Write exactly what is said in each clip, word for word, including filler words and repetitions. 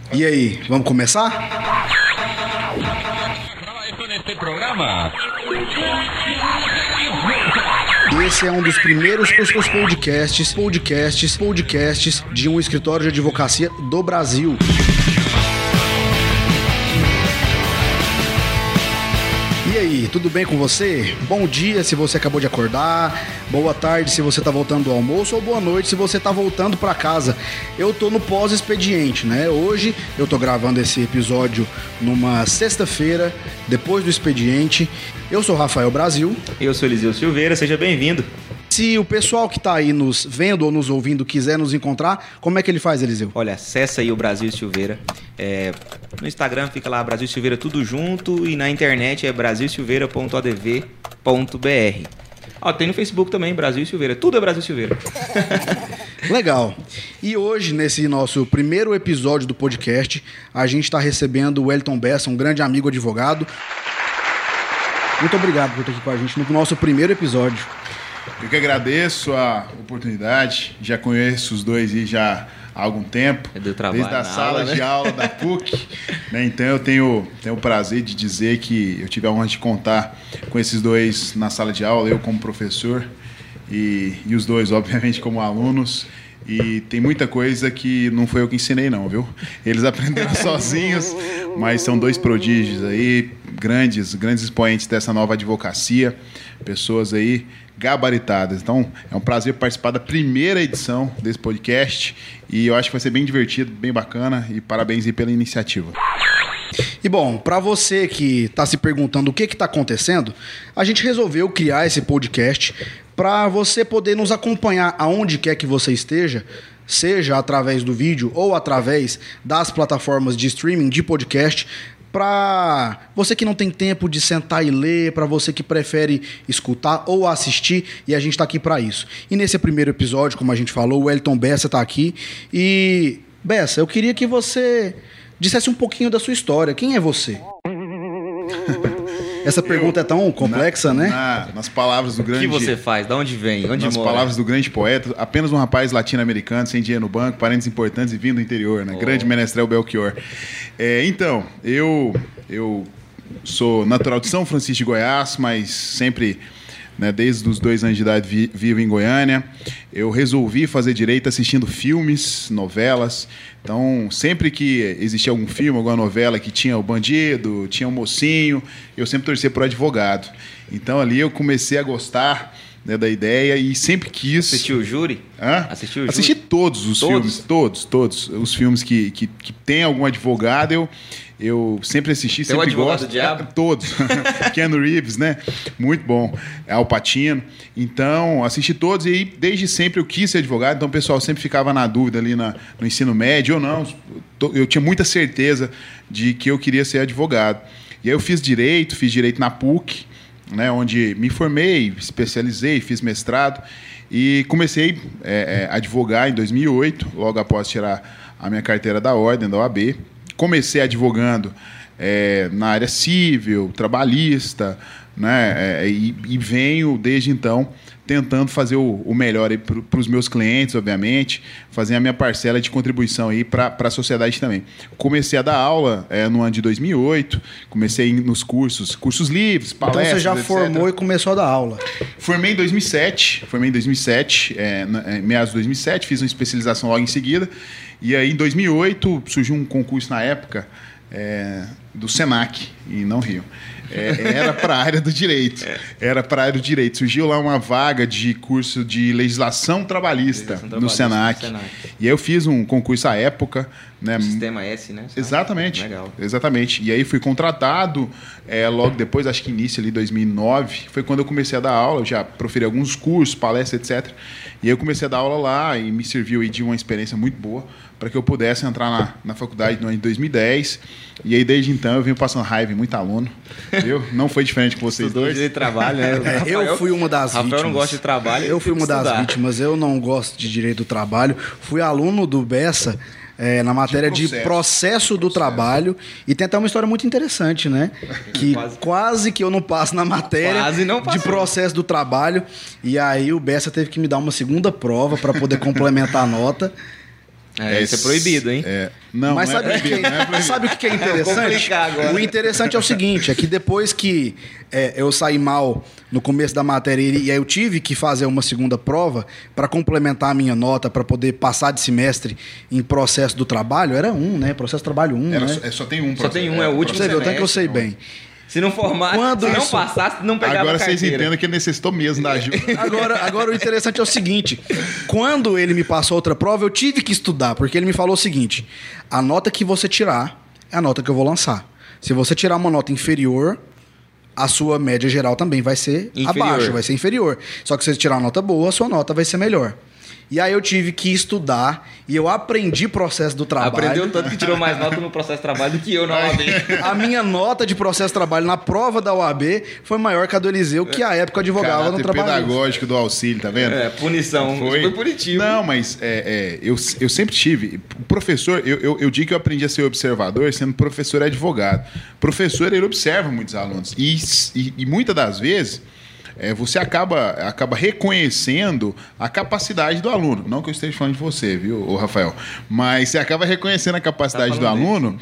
E aí, vamos começar? Esse é um dos primeiros podcasts, podcasts, podcasts de um escritório de advocacia do Brasil. E aí, tudo bem com você? Bom dia se você acabou de acordar, boa tarde se você tá voltando do almoço ou boa noite se você tá voltando pra casa. Eu tô no pós-expediente, né? Hoje eu tô gravando esse episódio numa sexta-feira, depois do expediente. Eu sou Rafael Brasil. Eu sou Eliseu Silveira, seja bem-vindo. Se o pessoal que tá aí nos vendo ou nos ouvindo quiser nos encontrar, como é que ele faz, Eliseu? Olha, acessa aí o Brasil Silveira. É, no Instagram fica lá Brasil Silveira tudo junto e na internet é brasil silveira ponto a d v ponto b r. Ó, tem no Facebook também, Brasil Silveira. Tudo é Brasil Silveira. Legal. E hoje, nesse nosso primeiro episódio do podcast, a gente está recebendo o Wellington Bessa, um grande amigo advogado. Muito obrigado por estar aqui com a gente no nosso primeiro episódio. Eu que agradeço a oportunidade, já conheço os dois e já há algum tempo, é do trabalho, desde a sala aula, né? de aula da P U C, né? Então eu tenho, tenho o prazer de dizer que eu tive a honra de contar com esses dois na sala de aula, eu como professor e, e os dois, obviamente, como alunos. E tem muita coisa que não foi eu que ensinei não, viu? Eles aprenderam sozinhos, mas são dois prodígios aí, grandes, grandes expoentes dessa nova advocacia, pessoas aí gabaritadas. Então, é um prazer participar da primeira edição desse podcast e eu acho que vai ser bem divertido, bem bacana e parabéns aí pela iniciativa. E bom, para você que está se perguntando o que está acontecendo, a gente resolveu criar esse podcast para você poder nos acompanhar aonde quer que você esteja, seja através do vídeo ou através das plataformas de streaming de podcast, para você que não tem tempo de sentar e ler, para você que prefere escutar ou assistir, e a gente está aqui para isso. E nesse primeiro episódio, como a gente falou, o Wellington Bessa está aqui. E, Bessa, eu queria que você dissesse um pouquinho da sua história. Quem é você? Essa pergunta eu, é tão complexa, na, né? Na, nas palavras do grande... O que você faz? De onde vem? Onde nas mora? Nas palavras do grande poeta, apenas um rapaz latino-americano, sem dinheiro no banco, parentes importantes e vindo do interior, né? Oh. Grande menestrel Belchior. É, então, eu, eu sou natural de São Francisco de Goiás, mas sempre... Né, desde os dois anos de idade vi, vivo em Goiânia. Eu resolvi fazer direito assistindo filmes, novelas. Então, sempre que existia algum filme, alguma novela que tinha o bandido, tinha o mocinho, eu sempre torcia por advogado. Então, ali eu comecei a gostar, né, da ideia e sempre quis... Assistiu o Júri? Hã? Assistiu o Júri? Assisti todos os todos? filmes, todos, todos. Os filmes que, que, que tem algum advogado, eu... Eu sempre assisti, sempre Tem o Advogado gosto. do Diabo? Todos. Keanu Reeves, né? Muito bom. Al Pacino. Então, assisti todos e desde sempre eu quis ser advogado. Então, o pessoal sempre ficava na dúvida ali na, no ensino médio ou não. Eu tinha muita certeza de que eu queria ser advogado. E aí eu fiz direito, fiz direito na P U C, né? Onde me formei, especializei, fiz mestrado. E comecei é, a advogar em dois mil e oito, logo após tirar a minha carteira da ordem, da O A B. Comecei advogando é, na área civil, trabalhista, né, é, e, e venho, desde então, tentando fazer o, o melhor para os meus clientes, obviamente, fazer a minha parcela de contribuição para a sociedade também. Comecei a dar aula é, no ano de dois mil e oito, comecei nos cursos, cursos livres, palestras, Então você já etcétera. Formou e começou a dar aula? Formei em dois mil e sete, formei em dois mil e sete, é, em meados de dois mil e sete, fiz uma especialização logo em seguida. E aí, em dois mil e oito, surgiu um concurso na época é, do Senac, em Não Rio. É, era para a área do direito. Era para a área do direito. Surgiu lá uma vaga de curso de legislação trabalhista, legislação no, Senac. no Senac. E aí eu fiz um concurso à época. Né? O Sistema S, né? Sabe? Exatamente. Legal. Exatamente. E aí fui contratado é, logo depois, acho que início ali, dois mil e nove, foi quando eu comecei a dar aula. Eu já proferi alguns cursos, palestras, etcétera. E aí eu comecei a dar aula lá e me serviu aí de uma experiência muito boa para que eu pudesse entrar na, na faculdade no ano de dois mil e dez. E aí, desde então, eu venho passando raiva em muito aluno. Viu? Não foi diferente com vocês Estudou dois. de trabalho, né? É, eu fui uma das Rafael vítimas. não gosta de trabalho. Eu fui uma das estudar. vítimas. Eu não gosto de direito do trabalho. Fui aluno do Bessa é, na matéria de processo, de processo do processo. trabalho. E tem até uma história muito interessante, né? Que quase, quase que eu não passo na matéria não de processo do trabalho. E aí o Bessa teve que me dar uma segunda prova para poder complementar a nota. É, isso é proibido, hein? É, não, Mas não sabe, é o que proibido, é, não é proibido. sabe o que é interessante? agora. O interessante é o seguinte, é que depois que é, eu saí mal no começo da matéria e aí eu tive que fazer uma segunda prova para complementar a minha nota, para poder passar de semestre em processo do trabalho, era um, né? Processo trabalho um, Era né? só, é, só tem um. Só tem um, é o último Você viu, até que eu sei semestre. bem. Se não formar, Quando se não isso- passasse, não pegava Agora a vocês carteira. entendem que ele necessitou mesmo da ajuda. Agora, agora o interessante é o seguinte: quando ele me passou outra prova, eu tive que estudar, porque ele me falou o seguinte: a nota que você tirar é a nota que eu vou lançar. Se você tirar uma nota inferior, a sua média geral também vai ser Inferior. abaixo, vai ser inferior. Só que se você tirar uma nota boa, a sua nota vai ser melhor. E aí eu tive que estudar e eu aprendi processo do trabalho. Aprendeu tanto que tirou mais nota no processo de trabalho do que eu na O A B. A minha nota de processo de trabalho na prova da O A B foi maior que a do Eliseu, que à época advogava no Caráter trabalho. pedagógico do auxílio, tá vendo? É, punição. Isso foi punitivo. Não, mas é, é, eu, eu sempre tive. O professor, eu, eu, eu digo que eu aprendi a ser observador sendo professor e advogado. Professor, ele observa muitos alunos. E, e, e muitas das vezes. É, você acaba, acaba reconhecendo a capacidade do aluno. Não que eu esteja falando de você, viu, ô Rafael? Mas você acaba reconhecendo a capacidade Tá do falando aluno.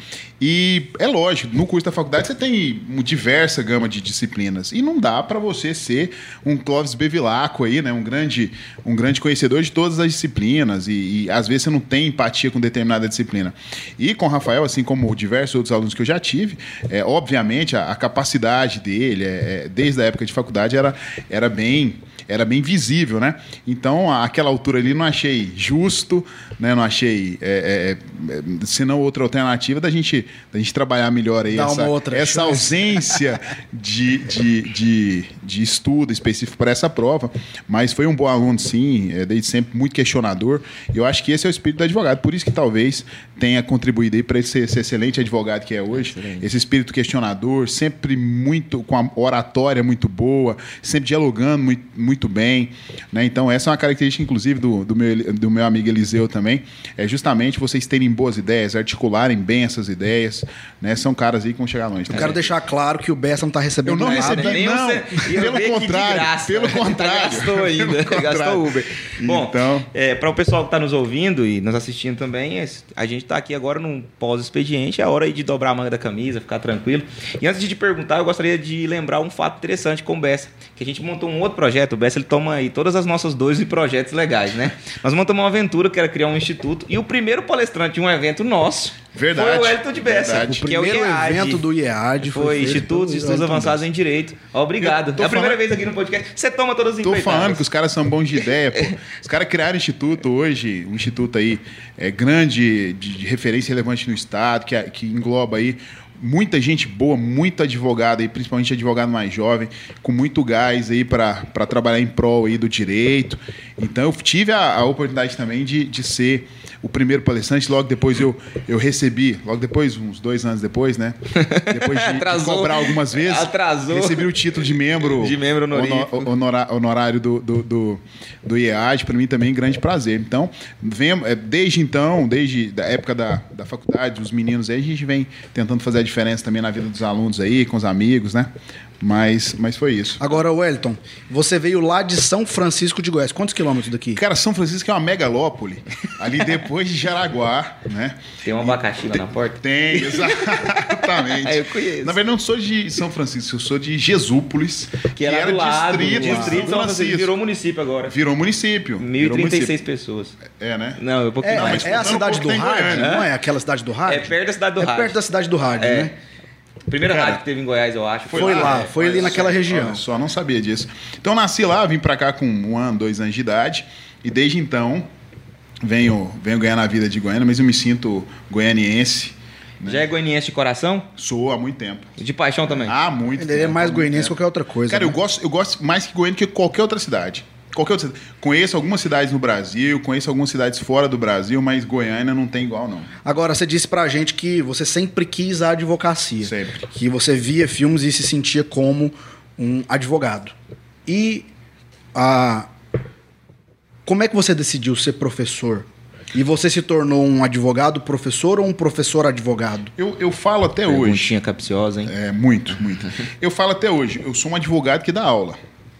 E é lógico, no curso da faculdade você tem uma diversa gama de disciplinas. E não dá para você ser um Clóvis Bevilacqua aí, né? Um grande, um grande conhecedor de todas as disciplinas. E, e às vezes você não tem empatia com determinada disciplina. E com o Rafael, assim como diversos outros alunos que eu já tive, é, obviamente a, a capacidade dele, é, é, desde a época de faculdade, era era bem, era bem visível, né? Então, àquela altura ali, não achei justo, né? Não achei, é, é, é, senão outra alternativa da gente, da gente trabalhar melhor aí Dá essa, uma outra essa chance. ausência de, de, de, de estudo específico para essa prova. Mas foi um bom aluno, sim, é, desde sempre muito questionador. E eu acho que esse é o espírito do advogado. Por isso que talvez tenha contribuído aí para esse, esse excelente advogado que é hoje. Excelente. Esse espírito questionador, sempre muito, com a oratória muito boa, sempre dialogando muito, muito bem, né? Então essa é uma característica inclusive do, do, meu, do meu amigo Eliseu também, é justamente vocês terem boas ideias, articularem bem essas ideias, né? São caras aí que vão chegar longe. Eu quero deixar claro que o Bessa não tá recebendo Eu não nada. recebi, Nem não. você- e eu Pelo vi aqui de contrário, graça, pelo né? contrário. Gastou ainda, Pelo contrário. gastou Uber. Bom, Então- é, para o pessoal que está nos ouvindo e nos assistindo também, a gente está aqui agora num pós-expediente, é hora aí de dobrar a manga da camisa, ficar tranquilo. E antes de te perguntar, eu gostaria de lembrar um fato interessante com o Bessa, que a gente montou um outro projeto. O Bessa, ele toma aí todas as nossas dores e projetos legais, né? Nós montamos uma aventura que era criar um instituto, e o primeiro palestrante de um evento nosso Verdade. foi o Wellington de Bessa, Verdade. O que é o primeiro I E A D. evento do I E A D Foi, foi feito Instituto de pelo Estudos Wellington Avançados em Direito. Obrigado. Eu tô É a primeira falando- vez aqui no podcast. Você toma todas as Tô empreitadas. falando que os caras são bons de ideia, pô. Os caras criaram um instituto hoje, um instituto aí é, grande, de, de referência relevante no estado, que, que engloba aí muita gente boa, muito advogado aí, principalmente advogado mais jovem, com muito gás aí para trabalhar em prol aí do direito. Então eu tive a, a oportunidade também de, de ser o primeiro palestrante. Logo depois eu, eu recebi, logo depois, uns dois anos depois, né? Depois de, de Atrasou. cobrar algumas vezes, Atrasou. recebi o título de membro, De membro honorífico. honor- honora- honorário do, do, do, do I E A D, para mim também grande prazer. Então, vem, é, desde então, desde a época da, da faculdade, os meninos aí, a gente vem tentando fazer a diferença também na vida dos alunos aí, com os amigos, né? Mas, mas foi isso. Agora, Wellington, você veio lá de São Francisco de Goiás. Quantos quilômetros daqui? Cara, São Francisco é uma megalópole, ali depois de Jaraguá, né? Tem um abacaxi lá na porta? Tem, exatamente. É, eu conheço. Na verdade, não sou de São Francisco, eu sou de Jesúpolis, Que era do lado. distrito, do distrito de São Francisco. Virou município agora. Virou município. mil e virou trinta e município. seis pessoas. É, né? Não, eu um pouquinho É, mais. mas é a contando cidade um do pouco tem rádio, Goiânia, não é aquela cidade do rádio? É perto da cidade do É rádio. perto da cidade do rádio, É. né? Primeira Cara, rádio que teve em Goiás, eu acho. Foi lá, é. foi ali Olha naquela só, região. Olha só, não sabia disso. Então, nasci lá, vim pra cá com um ano, dois anos de idade. E desde então, venho, venho ganhar a vida de Goiânia, mas eu me sinto goianiense. Já é goianiense de coração? Sou há muito tempo. De paixão também? Há muito Ele tempo. é mais há muito goianiense que tempo. qualquer outra coisa. Cara, né? eu gosto, eu gosto mais que Goiânia que qualquer outra cidade. Qualquer outra cidade. Conheço algumas cidades no Brasil, conheço algumas cidades fora do Brasil, mas Goiânia não tem igual, não. Agora, você disse pra gente que você sempre quis a advocacia. Sempre. Que você via filmes e se sentia como um advogado. E a... como é que você decidiu ser professor? E você se tornou um advogado professor ou um professor advogado? Eu, eu falo até hoje. Perguntinha capciosa, hein? É, muito, muito. Eu falo até hoje, eu sou um advogado que dá aula.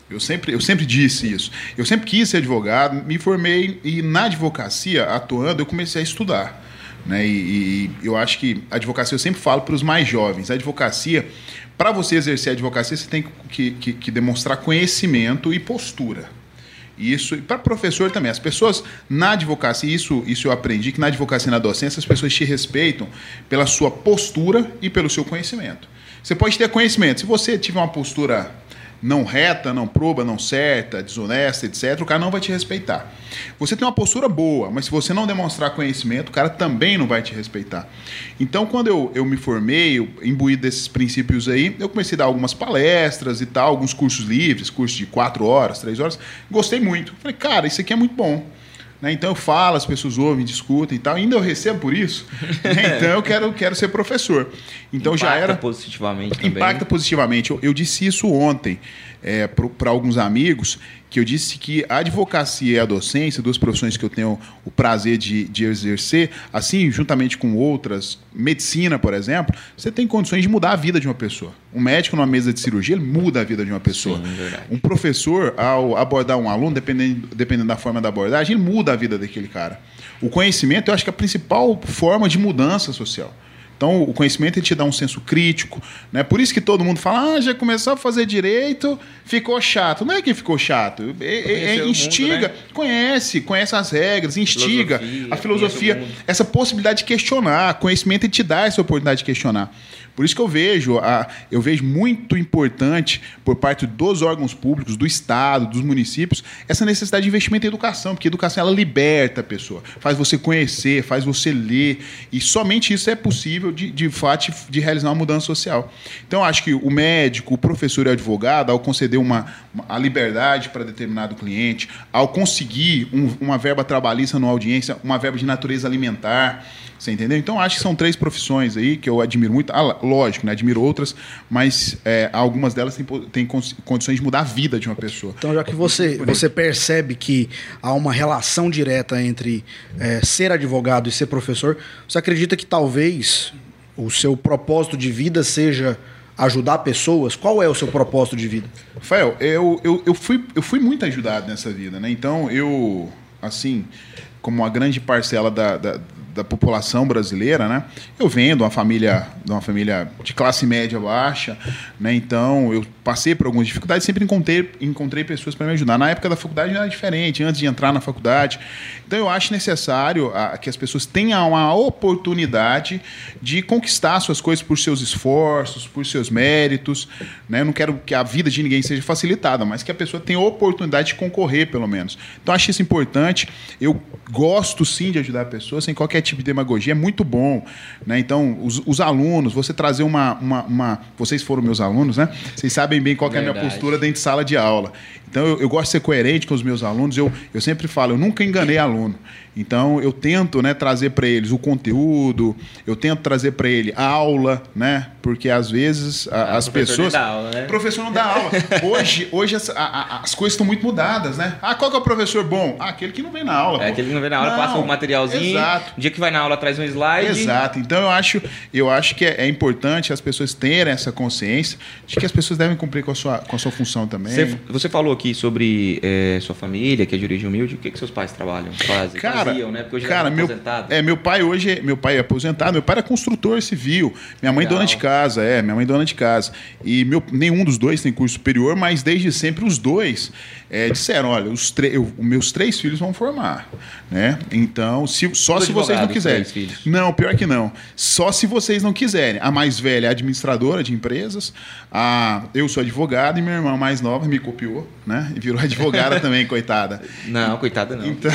Eu sempre, eu sempre disse isso. Eu sempre quis ser advogado, me formei e na advocacia, atuando, eu comecei a estudar. Né? E, e eu acho que a advocacia, eu sempre falo para os mais jovens, a advocacia, para você exercer a advocacia, você tem que, que, que demonstrar conhecimento e postura. Isso, e para professor também. As pessoas na advocacia, isso, isso eu aprendi, que na advocacia e na docência, as pessoas te respeitam pela sua postura e pelo seu conhecimento. Você pode ter conhecimento. Se você tiver uma postura não reta, não proba, não certa, desonesta, etcétera, o cara não vai te respeitar. Você tem uma postura boa, mas se você não demonstrar conhecimento, o cara também não vai te respeitar. Então, quando eu, eu me formei, eu, imbuído desses princípios aí, eu comecei a dar algumas palestras e tal, alguns cursos livres, cursos de quatro horas, três horas. Gostei muito. Falei, cara, isso aqui é muito bom. Né? Então eu falo, as pessoas ouvem, discutem e tal, ainda eu recebo por isso, né? Então eu quero, quero ser professor. Então impacta já era positivamente também. Impacta positivamente. Eu, eu disse isso ontem é, para alguns amigos, que eu disse que a advocacia e a docência, duas profissões que eu tenho o prazer de, de exercer, assim, juntamente com outras, medicina, por exemplo, você tem condições de mudar a vida de uma pessoa. Um médico numa mesa de cirurgia, ele muda a vida de uma pessoa. Sim, verdade. Um professor, ao abordar um aluno, dependendo, dependendo da forma da abordagem, ele muda a vida daquele cara. O conhecimento, eu acho que é a principal forma de mudança social. Então, o conhecimento ele te dá um senso crítico, né? Por isso que todo mundo fala, ah, já começou a fazer direito, ficou chato. Não é que ficou chato, é, é, instiga, mundo, né? conhece, conhece as regras, instiga filosofia, a filosofia, essa possibilidade de questionar. Conhecimento ele te dá essa oportunidade de questionar. Por isso que eu vejo, a, eu vejo muito importante por parte dos órgãos públicos, do Estado, dos municípios, essa necessidade de investimento em educação, porque a educação ela liberta a pessoa, faz você conhecer, faz você ler, e somente isso é possível de, de fato de realizar uma mudança social. Então, eu acho que o médico, o professor e o advogado, ao conceder uma, uma, a liberdade para determinado cliente, ao conseguir um, uma verba trabalhista numa audiência, uma verba de natureza alimentar, você entendeu? Então, acho que são três profissões aí que eu admiro muito. Ah, lógico, né? Admiro outras, mas é, algumas delas têm, têm condições de mudar a vida de uma pessoa. Então, já que você, você percebe que há uma relação direta entre é, ser advogado e ser professor, você acredita que talvez o seu propósito de vida seja ajudar pessoas? Qual é o seu propósito de vida? Rafael, eu, eu, eu, fui, eu fui muito ajudado nessa vida, né? Então, eu, assim, como uma grande parcela da... da da população brasileira, né? Eu venho de uma família, de uma família de classe média baixa, né? Então eu passei por algumas dificuldades, sempre encontrei, encontrei pessoas para me ajudar. Na época da faculdade era diferente, antes de entrar na faculdade. Então eu acho necessário a, que as pessoas tenham a oportunidade de conquistar suas coisas por seus esforços, por seus méritos, né? Eu não quero que a vida de ninguém seja facilitada, mas que a pessoa tenha a oportunidade de concorrer, pelo menos. Então eu acho isso importante. Eu gosto sim de ajudar a pessoa, sem qualquer tipo de demagogia, é muito bom, né? Então, os, os alunos, você trazer uma, uma, uma... Vocês foram meus alunos, né? Vocês sabem bem qual que é a minha postura dentro de sala de aula. Então, eu, eu gosto de ser coerente com os meus alunos. Eu, eu sempre falo, eu nunca enganei aluno. Então, eu tento, né, trazer para eles o conteúdo, eu tento trazer para ele a aula, né? Porque, às vezes, a, ah, as pessoas... Não dá aula, né? O professor não dá aula. Hoje, hoje as, a, a, as coisas estão muito mudadas, né? Ah, qual que é o professor bom? Ah, aquele que não vem na aula. É, pô. aquele que não vem na aula, não, passa um materialzinho. Exato. Um dia que vai na aula, traz um slide. Exato. Então, eu acho, eu acho que é, é importante as pessoas terem essa consciência de que as pessoas devem cumprir com a sua, com a sua função também. Você, você falou aqui sobre é, sua família, que é de origem humilde. O que, que seus pais trabalham? Fazem? Cara, Faziam, né? Porque hoje cara, meu, é, meu pai hoje, meu pai é aposentado, meu pai era construtor civil, minha mãe Legal. dona de casa, é, minha mãe dona de casa. E meu, nenhum dos dois tem curso superior, mas desde sempre os dois é, disseram, olha, os eu, meus três filhos vão formar, né? Então, se, só Tudo se vocês não quiserem. Não, pior que não. Só se vocês não quiserem. A mais velha é administradora de empresas, a, eu sou advogado e minha irmã mais nova me copiou, né? E virou advogada também, coitada. Não, coitada não. Então,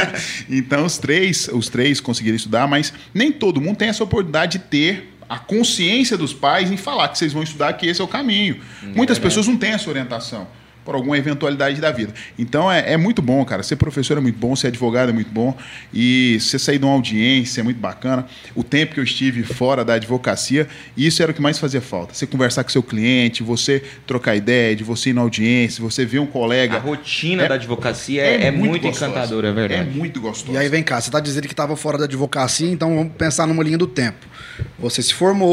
então os três, os três conseguiram estudar, mas nem todo mundo tem essa oportunidade de ter a consciência dos pais em falar que vocês vão estudar, que esse é o caminho. Hum, Muitas é pessoas não têm essa orientação por alguma eventualidade da vida. Então, é, é muito bom, cara. Ser professor é muito bom, ser advogado é muito bom. E você sair de uma audiência é muito bacana. O tempo que eu estive fora da advocacia, isso era o que mais fazia falta. Você conversar com seu cliente, você trocar ideia, de você ir na audiência, você ver um colega. A rotina é, da advocacia é, é muito, muito encantadora, é verdade. É muito gostoso. E aí, vem cá, você está dizendo que estava fora da advocacia, então vamos pensar numa linha do tempo. Você se formou,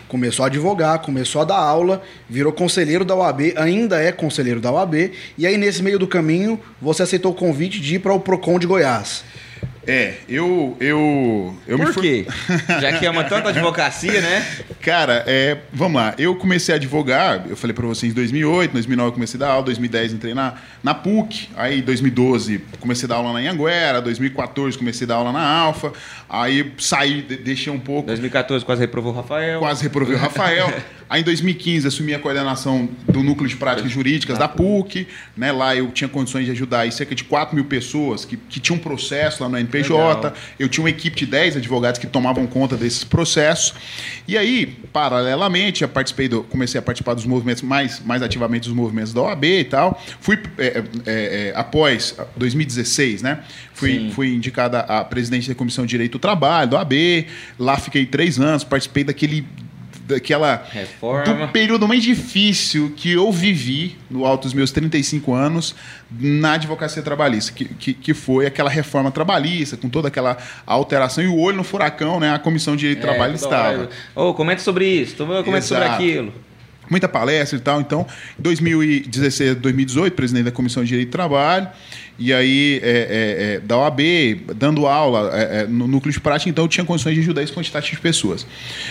começou a advogar, começou a dar aula, virou conselheiro da U A B, ainda é conselheiro da U A B, e aí nesse meio do caminho você aceitou o convite de ir para o Procon de Goiás. É, eu... eu, eu Por me for... quê? Já que ama tanto a advocacia, né? Cara, é, vamos lá. Eu comecei a advogar, eu falei pra vocês, em dois mil e oito, dois mil e nove eu comecei a dar aula, dois mil e dez entrei na, na P U C, aí em dois mil e doze comecei a dar aula na Anhanguera, dois mil e quatorze comecei a dar aula na Alfa, aí saí, deixei um pouco... dois mil e quatorze quase reprovou o Rafael. Quase reprovei o Rafael. Aí em dois mil e quinze assumi a coordenação do Núcleo de Práticas Jurídicas da P U C, né? Lá eu tinha condições de ajudar aí cerca de quatro mil pessoas que, que tinham processo lá no N P J. Legal. Eu tinha uma equipe de dez advogados que tomavam conta desses processos. E aí, paralelamente, eu participei do, comecei a participar dos movimentos, mais, mais ativamente dos movimentos da O A B e tal. Fui, é, é, é, após dois mil e dezesseis, né? Fui, fui indicada a presidente da Comissão de Direito do Trabalho, da O A B. Lá fiquei três anos, participei daquele... daquela reforma. Do período mais difícil que eu vivi no alto dos meus trinta e cinco anos na advocacia trabalhista, que, que, que foi aquela reforma trabalhista, com toda aquela alteração e o olho no furacão, né? A Comissão de Direito do é, Trabalho estava. Ô, oh, comenta sobre isso, comenta sobre aquilo. Muita palestra e tal. Então, em dois mil e dezesseis, dois mil e dezoito, presidente da Comissão de Direito do Trabalho, e aí é, é, é, da O A B, dando aula é, é, no núcleo de prática, então eu tinha condições de ajudar esse quantitativo de pessoas.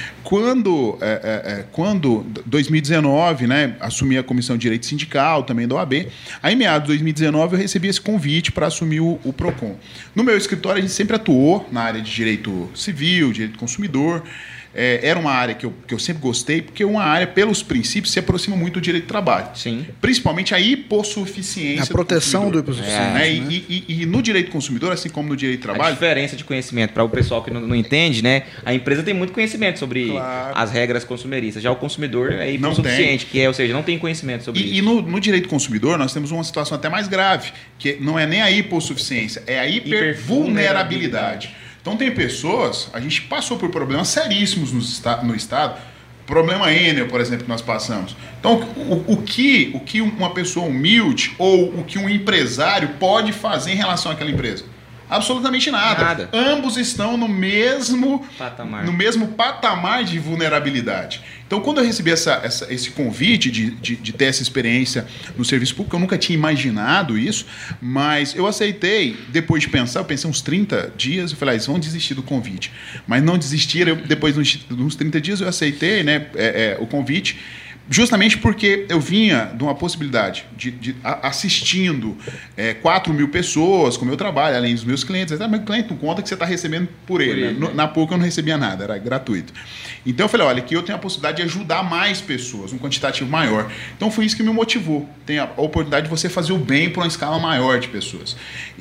Quando, é, é, quando dois mil e dezenove, né, assumi a Comissão de Direito Sindical, também da O A B, aí em meados de dois mil e dezenove eu recebi esse convite para assumir o, o Procon. No meu escritório a gente sempre atuou na área de direito civil, direito do consumidor. É, era uma área que eu, que eu sempre gostei, porque é uma área, pelos princípios, se aproxima muito do direito do trabalho. Sim. Principalmente a hipossuficiência. A proteção do, do hipossuficiente. É, né? e, e, e no direito do consumidor, assim como no direito do trabalho... A diferença de conhecimento, para o pessoal que não, não entende, né? A empresa tem muito conhecimento sobre claro. as regras consumeristas. Já o consumidor é hipossuficiente, que é, ou seja, não tem conhecimento sobre e, isso. E no, no direito do consumidor, nós temos uma situação até mais grave, que não é nem a hipossuficiência, é a hipervulnerabilidade. Então tem pessoas, a gente passou por problemas seríssimos no, no Estado, problema Enel, por exemplo, que nós passamos. Então o, o, que, o que uma pessoa humilde ou o que um empresário pode fazer em relação àquela empresa? Absolutamente nada. nada. Ambos estão no mesmo patamar, no mesmo patamar de vulnerabilidade. Então, quando eu recebi essa, essa, esse convite de, de, de ter essa experiência no serviço público, eu nunca tinha imaginado isso, mas eu aceitei, depois de pensar, eu pensei uns trinta dias, eu falei, ah, eles vão desistir do convite. Mas não desistiram, depois de uns trinta dias eu aceitei, né, é, é, o convite, justamente porque eu vinha de uma possibilidade de, de assistindo é, quatro mil pessoas com o meu trabalho, além dos meus clientes. Meu cliente não conta que você está recebendo por ele. Por ele né? No, na P U C eu não recebia nada, era gratuito. Então eu falei, olha, aqui eu tenho a possibilidade de ajudar mais pessoas, um quantitativo maior. Então foi isso que me motivou. Tem a oportunidade de você fazer o bem para uma escala maior de pessoas.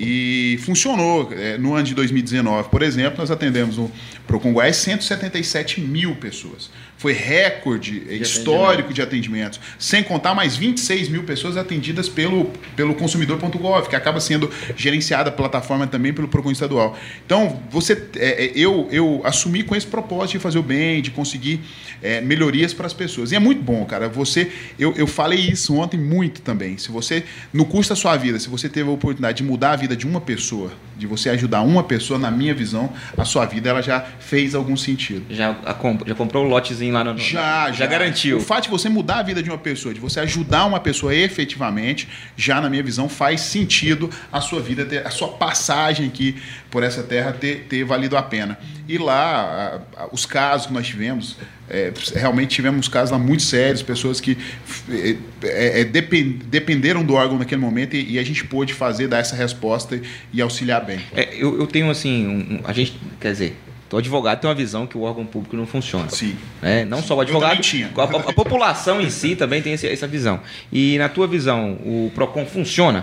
E funcionou. No ano de dois mil e dezenove, por exemplo, nós atendemos no Procon Goiás cento e setenta e sete mil pessoas. Foi recorde de histórico de atendimentos, sem contar mais vinte e seis mil pessoas atendidas pelo, pelo consumidor ponto gov, que acaba sendo gerenciada a plataforma também pelo Procon Estadual. Então, você, é, eu, eu assumi com esse propósito de fazer o bem, de conseguir é, melhorias para as pessoas. E é muito bom, cara. Você, eu, eu falei isso ontem muito também. Se você, no curso da sua vida, se você teve a oportunidade de mudar a vida de uma pessoa, de você ajudar uma pessoa, na minha visão, a sua vida ela já fez algum sentido. Já, a comp- já comprou o lotezinho lá no... no já, já, já garantiu. O fato de você mudar a vida de uma pessoa, de você ajudar uma pessoa efetivamente, já na minha visão faz sentido a sua vida, ter, a sua passagem aqui por essa terra ter, ter valido a pena. E lá, a, a, os casos que nós tivemos, é, realmente tivemos casos lá muito sérios, pessoas que é, é, depend, dependeram do órgão naquele momento e, e a gente pôde fazer, dar essa resposta e, e auxiliar bem. É, eu, eu tenho assim, um, a gente, quer dizer... O advogado tem uma visão que o órgão público não funciona. Sim. Né? Não só o advogado, a, a, a população em si também tem esse, essa visão. E na tua visão, o Procon funciona?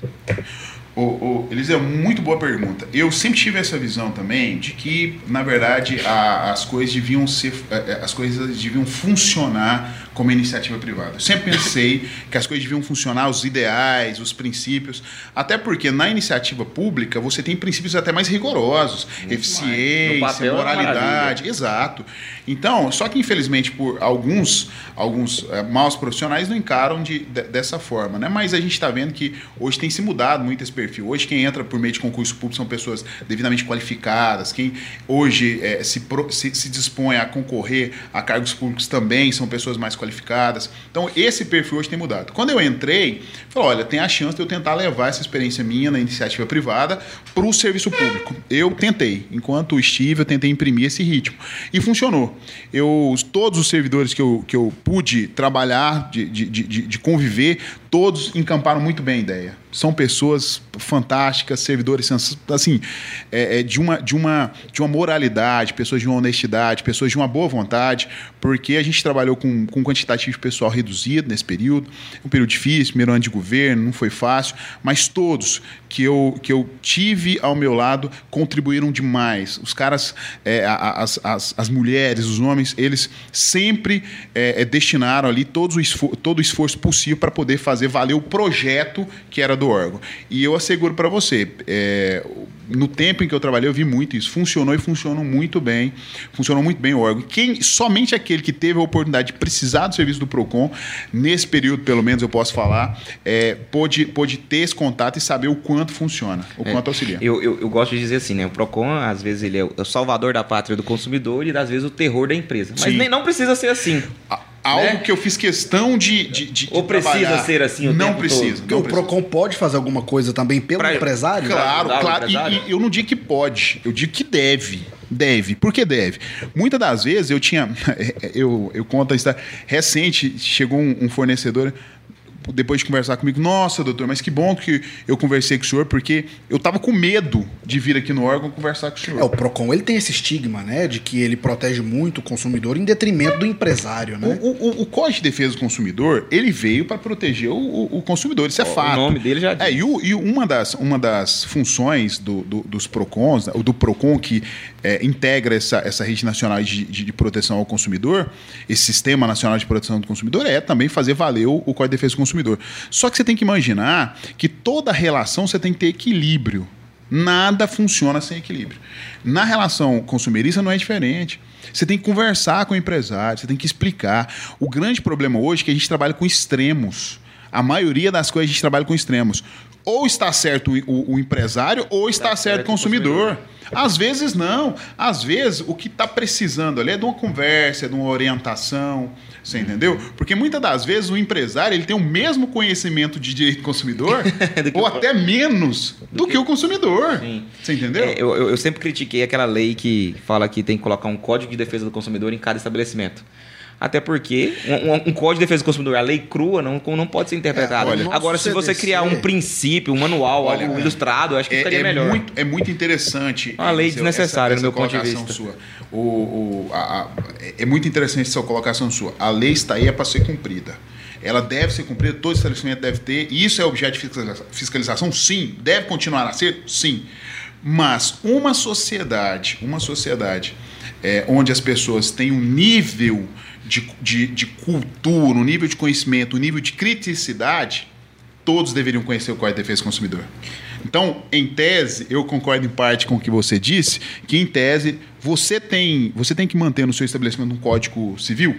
Ô, ô, Eliseu, muito boa pergunta. Eu sempre tive essa visão também de que, na verdade, a, as coisas deviam ser, as coisas deviam funcionar como iniciativa privada. Eu sempre pensei que as coisas deviam funcionar, os ideais, os princípios, até porque na iniciativa pública você tem princípios até mais rigorosos, muito eficiência, moralidade, exato. Então, só que infelizmente por alguns, alguns é, maus profissionais não encaram de, de, dessa forma, né? Mas a gente está vendo que hoje tem se mudado muita experiência perfil. Hoje quem entra por meio de concurso público são pessoas devidamente qualificadas. Quem hoje é, se, pro, se, se dispõe a concorrer a cargos públicos também são pessoas mais qualificadas. Então esse perfil hoje tem mudado. Quando eu entrei, falei, olha, tem a chance de eu tentar levar essa experiência minha na iniciativa privada para o serviço público. Eu tentei. Enquanto estive, eu tentei imprimir esse ritmo. E funcionou. Eu, todos os servidores que eu, que eu pude trabalhar, de, de, de, de conviver, todos encamparam muito bem a ideia. São pessoas fantásticas, servidores assim, é, é, de, uma, de, uma, de uma moralidade, pessoas de uma honestidade, pessoas de uma boa vontade, porque a gente trabalhou com, com um quantitativo de pessoal reduzido nesse período, um período difícil, primeiro ano de governo, não foi fácil, mas todos que eu, que eu tive ao meu lado contribuíram demais. Os caras, é, as, as, as mulheres, os homens, eles sempre é, é, destinaram ali todo o, esfor- todo o esforço possível para poder fazer valer o projeto que era do órgão. E eu asseguro para você, é, no tempo em que eu trabalhei, eu vi muito isso. Funcionou e funcionou muito bem. Funcionou muito bem o órgão. Quem, somente aquele que teve a oportunidade de precisar do serviço do PROCON, nesse período, pelo menos, eu posso falar, é, pôde, pôde ter esse contato e saber o quanto funciona, o quanto é, auxilia. Eu, eu, eu gosto de dizer assim, né? O PROCON, às vezes, ele é o salvador da pátria do consumidor e, às vezes, o terror da empresa. Mas nem, não precisa ser assim. A, Algo né? que eu fiz questão de, de, de Ou precisa trabalhar. ser assim o não tempo precisa, todo? não o precisa. PROCON pode fazer alguma coisa também pelo pra, empresário? Claro, pra claro. E, e eu não digo que pode, eu digo que deve. Deve. Por que deve? Muitas das vezes eu tinha... Eu, eu conto a história. Recente, chegou um, um fornecedor... Depois de conversar comigo, nossa, doutor, mas que bom que eu conversei com o senhor, porque eu estava com medo de vir aqui no órgão conversar com o senhor. É, o PROCON ele tem esse estigma, né, de que ele protege muito o consumidor em detrimento do empresário, né? O, o, o Código de Defesa do Consumidor, ele veio para proteger o, o, o consumidor, isso é o fato. O nome dele já diz. É, e, o, e uma, das, uma das funções do, do, dos PROCONs, do PROCON, que é, integra essa, essa rede nacional de, de, de proteção ao consumidor, esse Sistema Nacional de Proteção do Consumidor, é também fazer valer o, o Código de Defesa do Consumidor. Só que você tem que imaginar que toda relação você tem que ter equilíbrio. Nada funciona sem equilíbrio. Na relação consumerista não é diferente. Você tem que conversar com o empresário, você tem que explicar. O grande problema hoje é que a gente trabalha com extremos. A maioria das coisas a gente trabalha com extremos. Ou está certo o, o empresário, ou está, está certo, certo o consumidor. consumidor. Às vezes não. Às vezes o que está precisando ali é de uma conversa, é de uma orientação. Você entendeu? Porque muitas das vezes o empresário ele tem o mesmo conhecimento de direito do consumidor ou o... até menos do, do que... que o consumidor. Sim. Você entendeu? É, eu, eu sempre critiquei aquela lei que fala que tem que colocar um código de defesa do consumidor em cada estabelecimento. Até porque um, um, um código de defesa do consumidor, a lei crua, não, não pode ser interpretada. É, olha, agora, se você criar um princípio, um manual, olha, algo ilustrado, eu acho que é, ficaria é melhor. Muito, é muito interessante. Uma lei desnecessária, no meu ponto de vista. Sua. O, o, a, a, é muito interessante essa colocação sua. A lei está aí é para ser cumprida. Ela deve ser cumprida, todo estabelecimento deve ter. E isso é objeto de fiscalização? Sim. Deve continuar a ser? Sim. Mas uma sociedade, uma sociedade é, onde as pessoas têm um nível de, de, de cultura, um nível de conhecimento, um nível de criticidade, todos deveriam conhecer o Código de Defesa do Consumidor. Então, em tese, eu concordo em parte com o que você disse, que em tese você tem, você tem que manter no seu estabelecimento um Código Civil.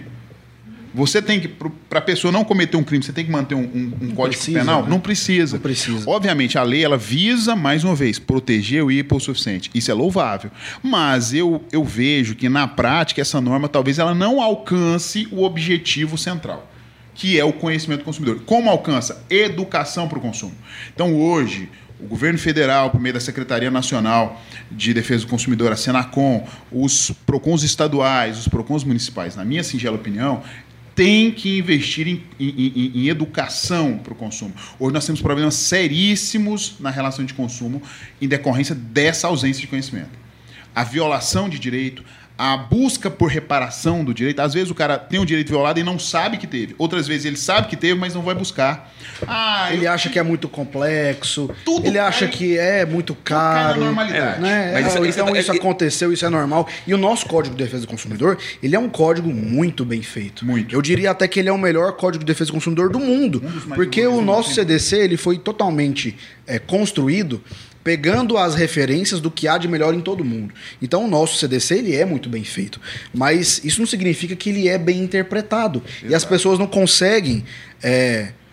Você tem que, para a pessoa não cometer um crime, você tem que manter um, um, um código precisa, penal? Né? Não precisa. Não precisa. Obviamente, a lei ela visa, mais uma vez, proteger o hipossuficiente. Isso é louvável. Mas eu, eu vejo que, na prática, essa norma talvez ela não alcance o objetivo central, que é o conhecimento do consumidor. Como alcança? Educação para o consumo. Então, hoje, o governo federal, por meio da Secretaria Nacional de Defesa do Consumidor, a Senacom, os PROCONs estaduais, os PROCONs municipais, na minha singela opinião, tem que investir em, em, em, em educação para o consumo. Hoje nós temos problemas seríssimos na relação de consumo em decorrência dessa ausência de conhecimento. A violação de direito, a busca por reparação do direito. Às vezes o cara tem um direito violado e não sabe que teve. Outras vezes ele sabe que teve, mas não vai buscar. Ah, ele eu... acha que é muito complexo. Tudo ele acha que é muito caro. Cai na normalidade. É, né? Mas isso, isso, então isso, isso aconteceu, isso é normal. E o nosso Código de Defesa do Consumidor, ele é um código muito bem feito. Muito. Eu diria até que ele é o melhor Código de Defesa do Consumidor do mundo. Um porque o nosso C D C ele foi totalmente é, construído pegando as referências do que há de melhor em todo mundo. Então o nosso C D C ele é muito bem feito, mas isso não significa que ele é bem interpretado. Exato. E as pessoas não conseguem é,